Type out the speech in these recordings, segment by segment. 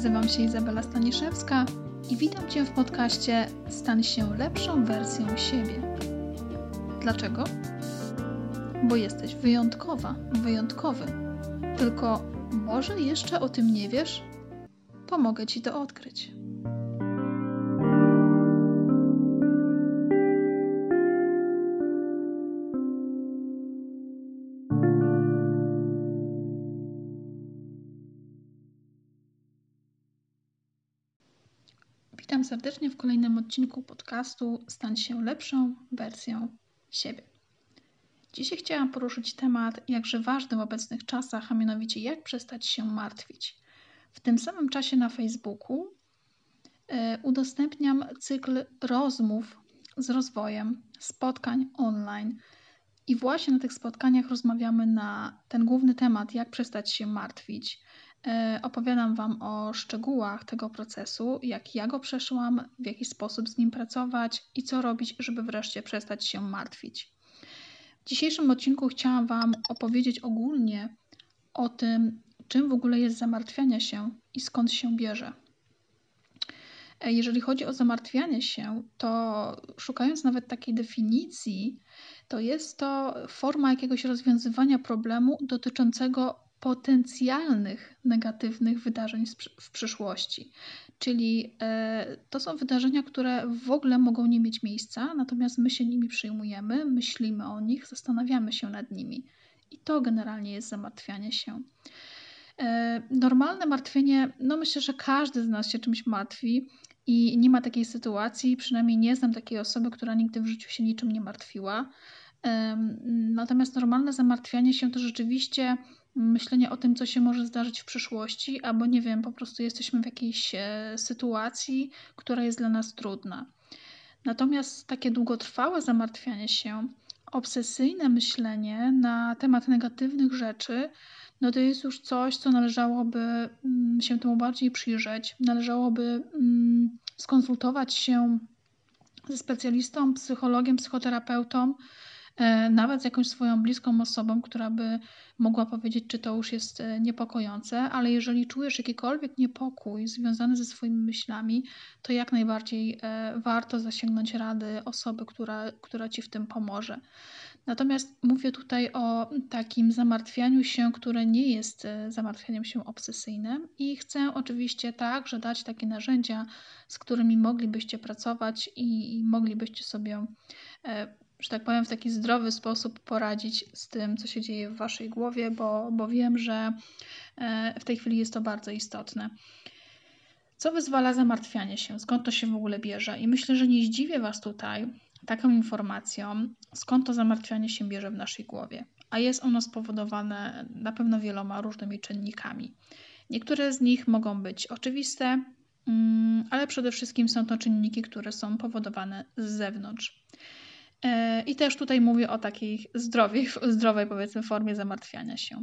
Nazywam się Izabela Staniszewska i witam Cię w podcaście Stań się lepszą wersją siebie. Dlaczego? Bo jesteś wyjątkowa, wyjątkowy. Tylko może jeszcze o tym nie wiesz? Pomogę Ci to odkryć. Witam serdecznie w kolejnym odcinku podcastu Stań się lepszą wersją siebie. Dzisiaj chciałam poruszyć temat jakże ważny w obecnych czasach, a mianowicie jak przestać się martwić. W tym samym czasie na Facebooku udostępniam cykl rozmów z rozwojem, spotkań online i właśnie na tych spotkaniach rozmawiamy na ten główny temat, jak przestać się martwić. Opowiadam Wam o szczegółach tego procesu, jak ja go przeszłam, w jaki sposób z nim pracować i co robić, żeby wreszcie przestać się martwić. W dzisiejszym odcinku chciałam Wam opowiedzieć ogólnie o tym, czym w ogóle jest zamartwianie się i skąd się bierze. Jeżeli chodzi o zamartwianie się, to szukając nawet takiej definicji, to jest to forma jakiegoś rozwiązywania problemu dotyczącego potencjalnych negatywnych wydarzeń w przyszłości. Czyli to są wydarzenia, które w ogóle mogą nie mieć miejsca, natomiast my się nimi przejmujemy, myślimy o nich, zastanawiamy się nad nimi. I to generalnie jest zamartwianie się. Normalne martwienie, myślę, że każdy z nas się czymś martwi i nie ma takiej sytuacji, przynajmniej nie znam takiej osoby, która nigdy w życiu się niczym nie martwiła. Natomiast normalne zamartwianie się to rzeczywiście myślenie o tym, co się może zdarzyć w przyszłości, albo nie wiem, po prostu jesteśmy w jakiejś sytuacji, która jest dla nas trudna. Natomiast takie długotrwałe zamartwianie się, obsesyjne myślenie na temat negatywnych rzeczy, to jest już coś, co należałoby się temu bardziej przyjrzeć. Należałoby skonsultować się ze specjalistą, psychologiem, psychoterapeutą, nawet z jakąś swoją bliską osobą, która by mogła powiedzieć, czy to już jest niepokojące, ale jeżeli czujesz jakikolwiek niepokój związany ze swoimi myślami, to jak najbardziej warto zasięgnąć rady osoby, która Ci w tym pomoże. Natomiast mówię tutaj o takim zamartwianiu się, które nie jest zamartwianiem się obsesyjnym i chcę oczywiście także dać takie narzędzia, z którymi moglibyście pracować i moglibyście sobie, że tak powiem, w taki zdrowy sposób poradzić z tym, co się dzieje w Waszej głowie, bo wiem, że w tej chwili jest to bardzo istotne. Co wyzwala zamartwianie się? Skąd to się w ogóle bierze? I myślę, że nie zdziwię Was tutaj taką informacją, skąd to zamartwianie się bierze w naszej głowie. A jest ono spowodowane na pewno wieloma różnymi czynnikami. Niektóre z nich mogą być oczywiste, ale przede wszystkim są to czynniki, które są powodowane z zewnątrz. I też tutaj mówię o takiej zdrowej powiedzmy formie zamartwiania się.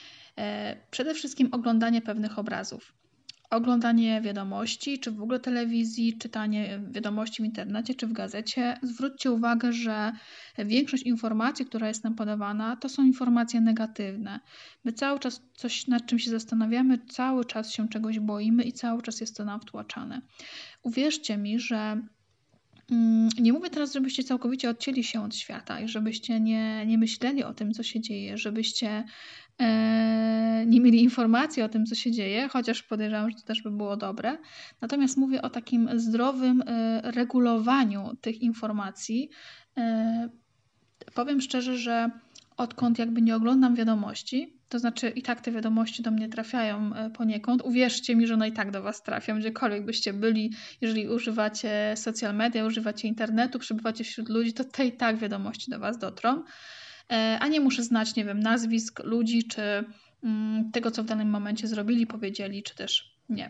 Przede wszystkim oglądanie pewnych obrazów. Oglądanie wiadomości, czy w ogóle telewizji, czytanie wiadomości w internecie, czy w gazecie. Zwróćcie uwagę, że większość informacji, która jest nam podawana, to są informacje negatywne. My cały czas coś, nad czym się zastanawiamy, cały czas się czegoś boimy i cały czas jest to nam wtłaczane. Uwierzcie mi, że nie mówię teraz, żebyście całkowicie odcięli się od świata i żebyście nie myśleli o tym, co się dzieje, żebyście nie mieli informacji o tym, co się dzieje, chociaż podejrzewam, że to też by było dobre. Natomiast mówię o takim zdrowym regulowaniu tych informacji. Powiem szczerze, że odkąd jakby nie oglądam wiadomości, to znaczy i tak te wiadomości do mnie trafiają poniekąd. Uwierzcie mi, że one i tak do Was trafią, gdziekolwiek byście byli. Jeżeli używacie social media, używacie internetu, przebywacie wśród ludzi, to te i tak wiadomości do Was dotrą. A nie muszę znać, nie wiem, nazwisk ludzi, czy tego, co w danym momencie zrobili, powiedzieli, czy też nie.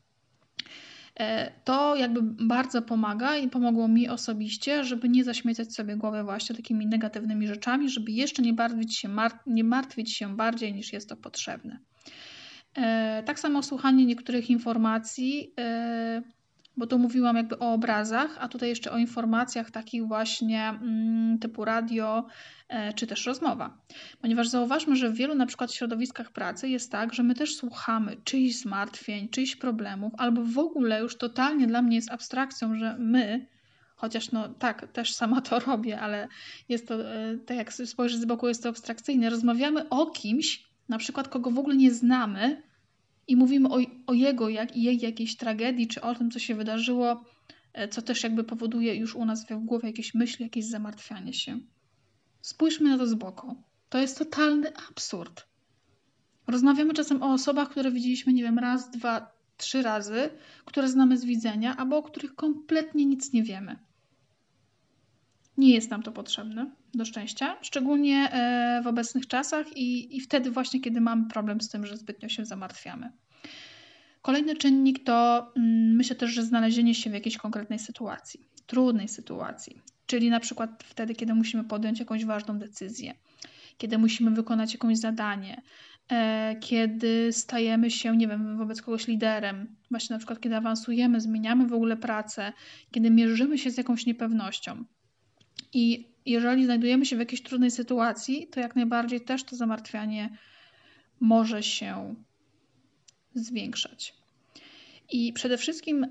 To jakby bardzo pomaga i pomogło mi osobiście, żeby nie zaśmiecać sobie głowy właśnie takimi negatywnymi rzeczami, żeby jeszcze nie martwić się bardziej niż jest to potrzebne. Tak samo słuchanie niektórych informacji Bo tu mówiłam jakby o obrazach, a tutaj jeszcze o informacjach takich właśnie typu radio czy też rozmowa. Ponieważ zauważmy, że w wielu na przykład środowiskach pracy jest tak, że my też słuchamy czyichś zmartwień, czyichś problemów, albo w ogóle już totalnie dla mnie jest abstrakcją, że my, chociaż no tak, też sama to robię, ale jest to, tak jak spojrzysz z boku, jest to abstrakcyjne, rozmawiamy o kimś, na przykład kogo w ogóle nie znamy, i mówimy o jego i jej jakiejś tragedii, czy o tym, co się wydarzyło, co też jakby powoduje już u nas w głowie jakieś myśli, jakieś zamartwianie się. Spójrzmy na to z boku. To jest totalny absurd. Rozmawiamy czasem o osobach, które widzieliśmy, nie wiem, raz, dwa, 3 razy, które znamy z widzenia, albo o których kompletnie nic nie wiemy. Nie jest nam to potrzebne, do szczęścia, szczególnie w obecnych czasach i wtedy właśnie, kiedy mamy problem z tym, że zbytnio się zamartwiamy. Kolejny czynnik to myślę też, że znalezienie się w jakiejś konkretnej sytuacji, trudnej sytuacji, czyli na przykład wtedy, kiedy musimy podjąć jakąś ważną decyzję, kiedy musimy wykonać jakieś zadanie, kiedy stajemy się, nie wiem, wobec kogoś liderem, właśnie na przykład kiedy awansujemy, zmieniamy w ogóle pracę, kiedy mierzymy się z jakąś niepewnością. I jeżeli znajdujemy się w jakiejś trudnej sytuacji, to jak najbardziej też to zamartwianie może się zwiększać. I przede wszystkim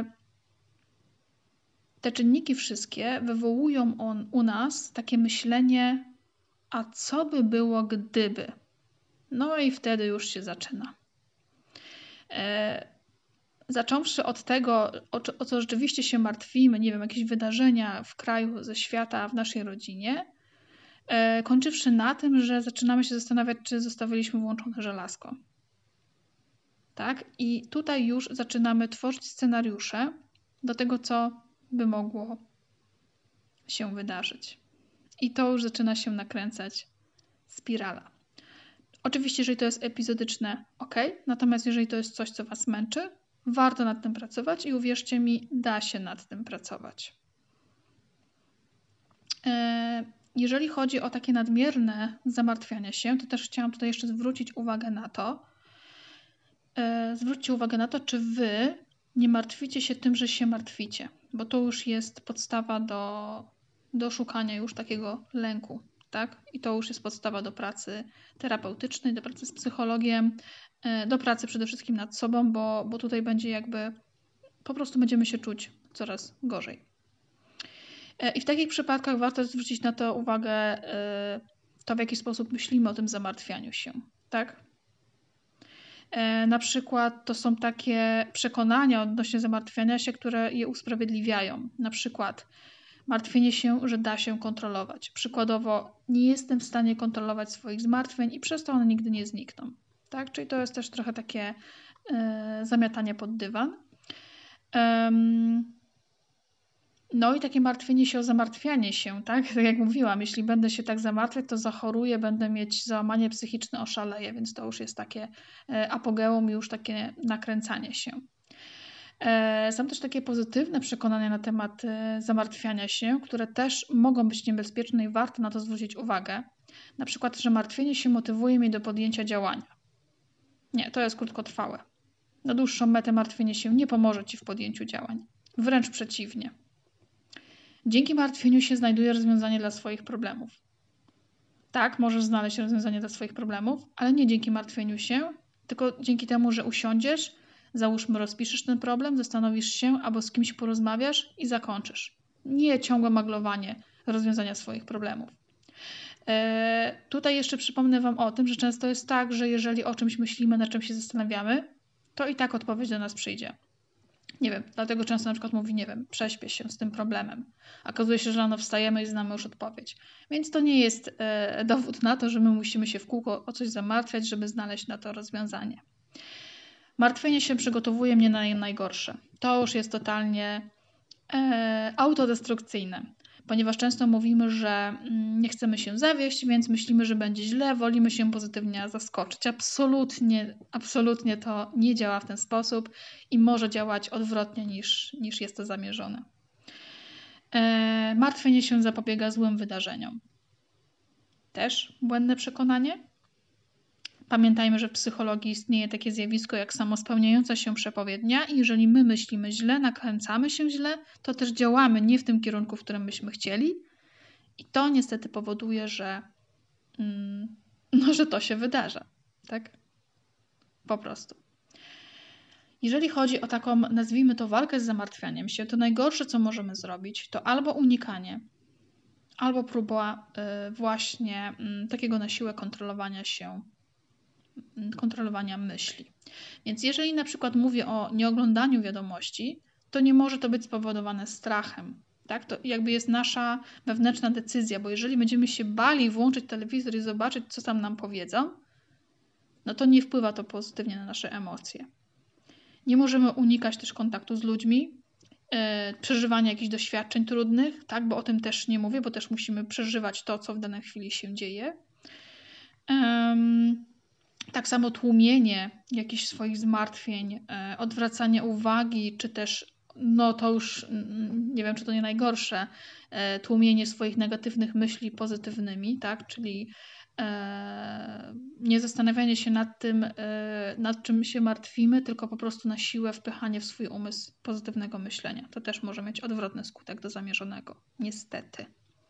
te czynniki wszystkie wywołują u nas takie myślenie, a co by było gdyby? No i wtedy już się zaczyna. Zacząwszy od tego, o co rzeczywiście się martwimy, nie wiem, jakieś wydarzenia w kraju, ze świata, w naszej rodzinie, kończywszy na tym, że zaczynamy się zastanawiać, czy zostawiliśmy włączone żelazko. Tak? I tutaj już zaczynamy tworzyć scenariusze do tego, co by mogło się wydarzyć. I to już zaczyna się nakręcać spirala. Oczywiście, jeżeli to jest epizodyczne, ok, natomiast jeżeli to jest coś, co Was męczy, warto nad tym pracować i uwierzcie mi, da się nad tym pracować. Jeżeli chodzi o takie nadmierne zamartwianie się, to też chciałam tutaj jeszcze zwrócić uwagę na to, zwróćcie uwagę na to, czy Wy nie martwicie się tym, że się martwicie, bo to już jest podstawa do szukania już takiego lęku, tak? I to już jest podstawa do pracy terapeutycznej, do pracy z psychologiem, do pracy przede wszystkim nad sobą, bo tutaj będzie jakby, po prostu będziemy się czuć coraz gorzej. I w takich przypadkach warto zwrócić na to uwagę, to w jaki sposób myślimy o tym zamartwianiu się, tak? Na przykład to są takie przekonania odnośnie zamartwiania się, które je usprawiedliwiają. Na przykład martwienie się, że da się kontrolować. Przykładowo, nie jestem w stanie kontrolować swoich zmartwień i przez to one nigdy nie znikną. Tak? Czyli to jest też trochę takie zamiatanie pod dywan. No i takie martwienie się o zamartwianie się, tak? Tak jak mówiłam, jeśli będę się tak zamartwiać, to zachoruję, będę mieć załamanie psychiczne, oszaleję, więc to już jest takie apogeum, już takie nakręcanie się. Są też takie pozytywne przekonania na temat zamartwiania się, które też mogą być niebezpieczne i warto na to zwrócić uwagę. Na przykład, że martwienie się motywuje mnie do podjęcia działania. Nie, to jest krótkotrwałe. Na dłuższą metę martwienie się nie pomoże Ci w podjęciu działań. Wręcz przeciwnie. Dzięki martwieniu się znajduje rozwiązanie dla swoich problemów. Tak, możesz znaleźć rozwiązanie dla swoich problemów, ale nie dzięki martwieniu się, tylko dzięki temu, że usiądziesz, załóżmy, rozpiszesz ten problem, zastanowisz się albo z kimś porozmawiasz i zakończysz. Nie ciągłe maglowanie rozwiązania swoich problemów. Tutaj jeszcze przypomnę Wam o tym, że często jest tak, że jeżeli o czymś myślimy, na czym się zastanawiamy, to i tak odpowiedź do nas przyjdzie. Nie wiem, dlatego często na przykład mówi, nie wiem, prześpię się z tym problemem. Okazuje się, że rano wstajemy i znamy już odpowiedź. Więc to nie jest dowód na to, że my musimy się w kółko o coś zamartwiać, żeby znaleźć na to rozwiązanie. Martwienie się przygotowuje mnie na najgorsze. To już jest totalnie autodestrukcyjne, ponieważ często mówimy, że nie chcemy się zawieść, więc myślimy, że będzie źle, wolimy się pozytywnie zaskoczyć. Absolutnie to nie działa w ten sposób i może działać odwrotnie niż jest to zamierzone. Martwienie się zapobiega złym wydarzeniom. Też błędne przekonanie. Pamiętajmy, że w psychologii istnieje takie zjawisko jak samospełniająca się przepowiednia i jeżeli my myślimy źle, nakręcamy się źle, to też działamy nie w tym kierunku, w którym byśmy chcieli i to niestety powoduje, że to się wydarza. Tak? Po prostu. Jeżeli chodzi o taką, nazwijmy to, walkę z zamartwianiem się, to najgorsze, co możemy zrobić, to albo unikanie, albo próba właśnie takiego na siłę kontrolowania myśli. Więc jeżeli na przykład mówię o nieoglądaniu wiadomości, to nie może to być spowodowane strachem. Tak? To jakby jest nasza wewnętrzna decyzja, bo jeżeli będziemy się bali włączyć telewizor i zobaczyć, co tam nam powiedzą, no to nie wpływa to pozytywnie na nasze emocje. Nie możemy unikać też kontaktu z ludźmi, przeżywania jakichś doświadczeń trudnych, tak? Bo o tym też nie mówię, bo też musimy przeżywać to, co w danej chwili się dzieje. Tak samo tłumienie jakichś swoich zmartwień, odwracanie uwagi, czy też, no to już nie wiem, czy to nie najgorsze, tłumienie swoich negatywnych myśli pozytywnymi, tak? Czyli nie zastanawianie się nad tym, nad czym się martwimy, tylko po prostu na siłę wpychanie w swój umysł pozytywnego myślenia. To też może mieć odwrotny skutek do zamierzonego, niestety.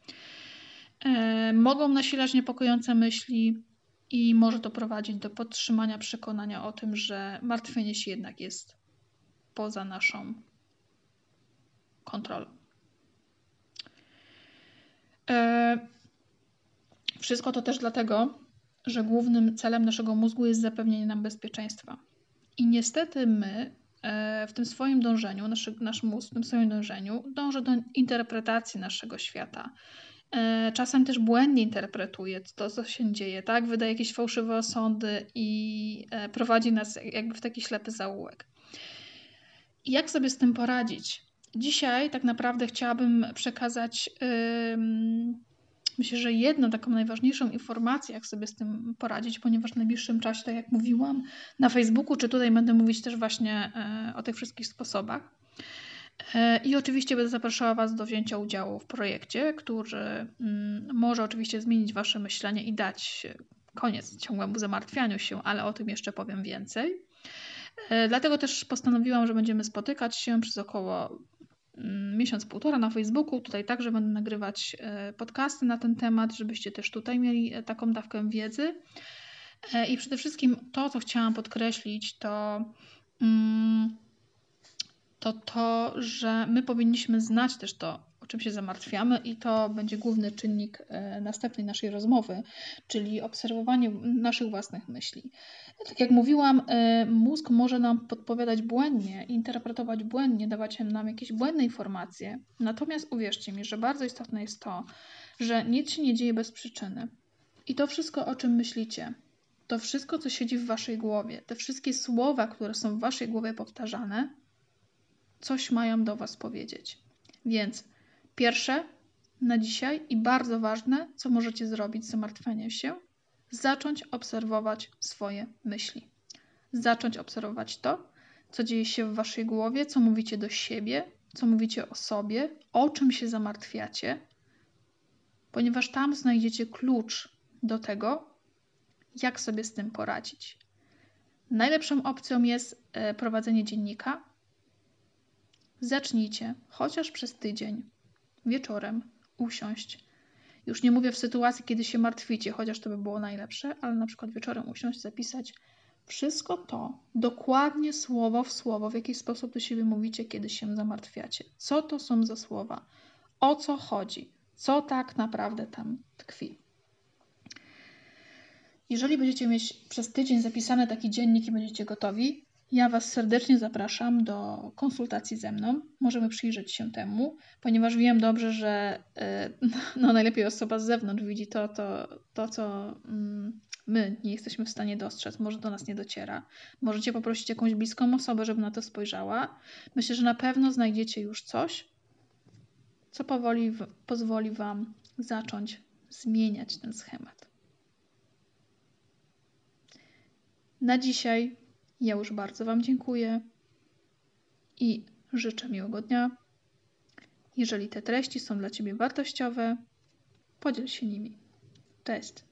Mogą nasilać niepokojące myśli i może to prowadzić do podtrzymania przekonania o tym, że martwienie się jednak jest poza naszą kontrolą. Wszystko to też dlatego, że głównym celem naszego mózgu jest zapewnienie nam bezpieczeństwa. I niestety my w tym swoim dążeniu, nasz mózg w tym swoim dążeniu dąży do interpretacji naszego świata. Czasem też błędnie interpretuje to, co się dzieje, tak? Wydaje jakieś fałszywe osądy i prowadzi nas jakby w taki ślepy zaułek. I jak sobie z tym poradzić? Dzisiaj tak naprawdę chciałabym przekazać myślę, że jedną taką najważniejszą informację, jak sobie z tym poradzić, ponieważ w najbliższym czasie, tak jak mówiłam, na Facebooku, czy tutaj będę mówić też właśnie o tych wszystkich sposobach. I oczywiście będę zapraszała Was do wzięcia udziału w projekcie, który może oczywiście zmienić Wasze myślenie i dać koniec ciągłemu zamartwianiu się, ale o tym jeszcze powiem więcej. Dlatego też postanowiłam, że będziemy spotykać się przez około miesiąc, półtora na Facebooku. Tutaj także będę nagrywać podcasty na ten temat, żebyście też tutaj mieli taką dawkę wiedzy. I przede wszystkim to, co chciałam podkreślić, to że my powinniśmy znać też to, o czym się zamartwiamy i to będzie główny czynnik następnej naszej rozmowy, czyli obserwowanie naszych własnych myśli. Tak jak mówiłam, mózg może nam podpowiadać błędnie, interpretować błędnie, dawać nam jakieś błędne informacje. Natomiast uwierzcie mi, że bardzo istotne jest to, że nic się nie dzieje bez przyczyny. I to wszystko, o czym myślicie, to wszystko, co siedzi w waszej głowie, te wszystkie słowa, które są w waszej głowie powtarzane, coś mają do was powiedzieć. Więc pierwsze na dzisiaj i bardzo ważne, co możecie zrobić z zamartwianiem się, zacząć obserwować swoje myśli. Zacząć obserwować to, co dzieje się w waszej głowie, co mówicie do siebie, co mówicie o sobie, o czym się zamartwiacie, ponieważ tam znajdziecie klucz do tego, jak sobie z tym poradzić. Najlepszą opcją jest prowadzenie dziennika. Zacznijcie chociaż przez tydzień wieczorem usiąść. Już nie mówię w sytuacji, kiedy się martwicie, chociaż to by było najlepsze, ale na przykład wieczorem usiąść, zapisać wszystko to, dokładnie słowo w słowo, w jaki sposób do siebie mówicie, kiedy się zamartwiacie. Co to są za słowa? O co chodzi? Co tak naprawdę tam tkwi? Jeżeli będziecie mieć przez tydzień zapisany taki dziennik i będziecie gotowi, ja Was serdecznie zapraszam do konsultacji ze mną. Możemy przyjrzeć się temu, ponieważ wiem dobrze, że najlepiej osoba z zewnątrz widzi to co my nie jesteśmy w stanie dostrzec. Może do nas nie dociera. Możecie poprosić jakąś bliską osobę, żeby na to spojrzała. Myślę, że na pewno znajdziecie już coś, co powoli pozwoli Wam zacząć zmieniać ten schemat. Na dzisiaj ja już bardzo Wam dziękuję i życzę miłego dnia. Jeżeli te treści są dla Ciebie wartościowe, podziel się nimi. Cześć!